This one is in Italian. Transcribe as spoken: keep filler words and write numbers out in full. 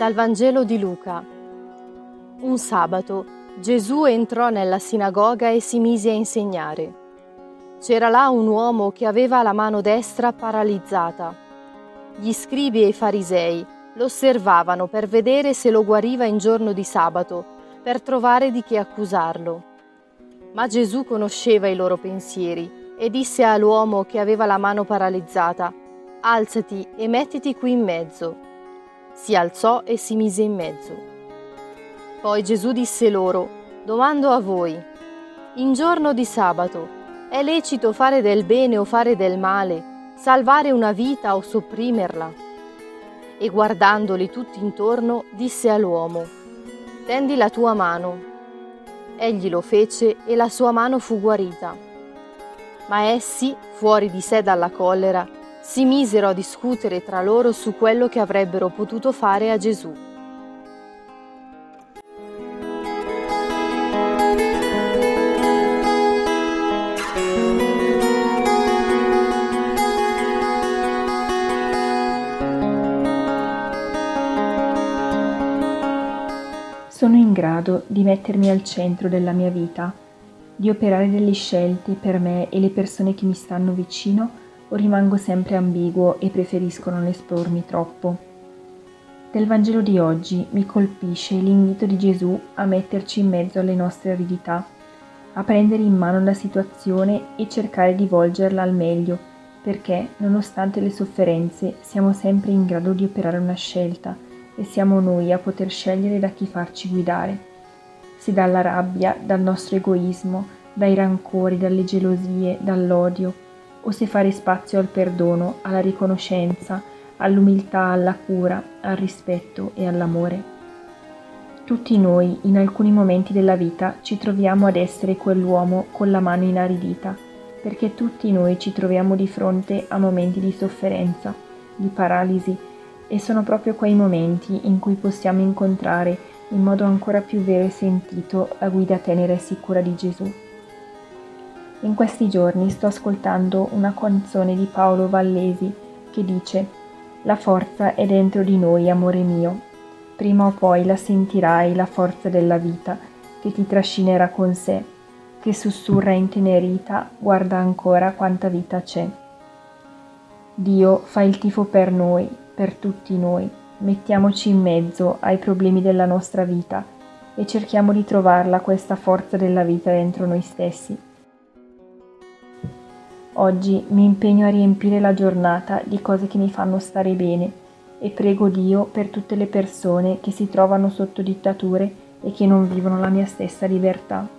Dal Vangelo di Luca. Un sabato Gesù entrò nella sinagoga e si mise a insegnare. C'era là un uomo che aveva la mano destra paralizzata. Gli scribi e i farisei lo osservavano per vedere se lo guariva in giorno di sabato, per trovare di che accusarlo. Ma Gesù conosceva i loro pensieri e disse all'uomo che aveva la mano paralizzata: «Alzati e mettiti qui in mezzo». Si alzò e si mise in mezzo. Poi Gesù disse loro: «Domando a voi, in giorno di sabato è lecito fare del bene o fare del male, salvare una vita o sopprimerla?» E guardandoli tutti intorno disse all'uomo: «Tendi la tua mano». Egli lo fece e la sua mano fu guarita. Ma essi, fuori di sé dalla collera, si misero a discutere tra loro su quello che avrebbero potuto fare a Gesù. Sono in grado di mettermi al centro della mia vita, di operare delle scelte per me e le persone che mi stanno vicino, o rimango sempre ambiguo e preferisco non espormi troppo? Del Vangelo di oggi mi colpisce l'invito di Gesù a metterci in mezzo alle nostre aridità, a prendere in mano la situazione e cercare di volgerla al meglio, perché, nonostante le sofferenze, siamo sempre in grado di operare una scelta e siamo noi a poter scegliere da chi farci guidare. Se dalla rabbia, dal nostro egoismo, dai rancori, dalle gelosie, dall'odio, o se fare spazio al perdono, alla riconoscenza, all'umiltà, alla cura, al rispetto e all'amore. Tutti noi, in alcuni momenti della vita, ci troviamo ad essere quell'uomo con la mano inaridita, perché tutti noi ci troviamo di fronte a momenti di sofferenza, di paralisi, e sono proprio quei momenti in cui possiamo incontrare in modo ancora più vero e sentito la guida tenera e sicura di Gesù. In questi giorni sto ascoltando una canzone di Paolo Vallesi che dice: «La forza è dentro di noi, amore mio. Prima o poi la sentirai, la forza della vita che ti trascinerà con sé, che sussurra intenerita, guarda ancora quanta vita c'è». Dio fa il tifo per noi, per tutti noi. Mettiamoci in mezzo ai problemi della nostra vita e cerchiamo di trovarla questa forza della vita dentro noi stessi. Oggi mi impegno a riempire la giornata di cose che mi fanno stare bene e prego Dio per tutte le persone che si trovano sotto dittature e che non vivono la mia stessa libertà.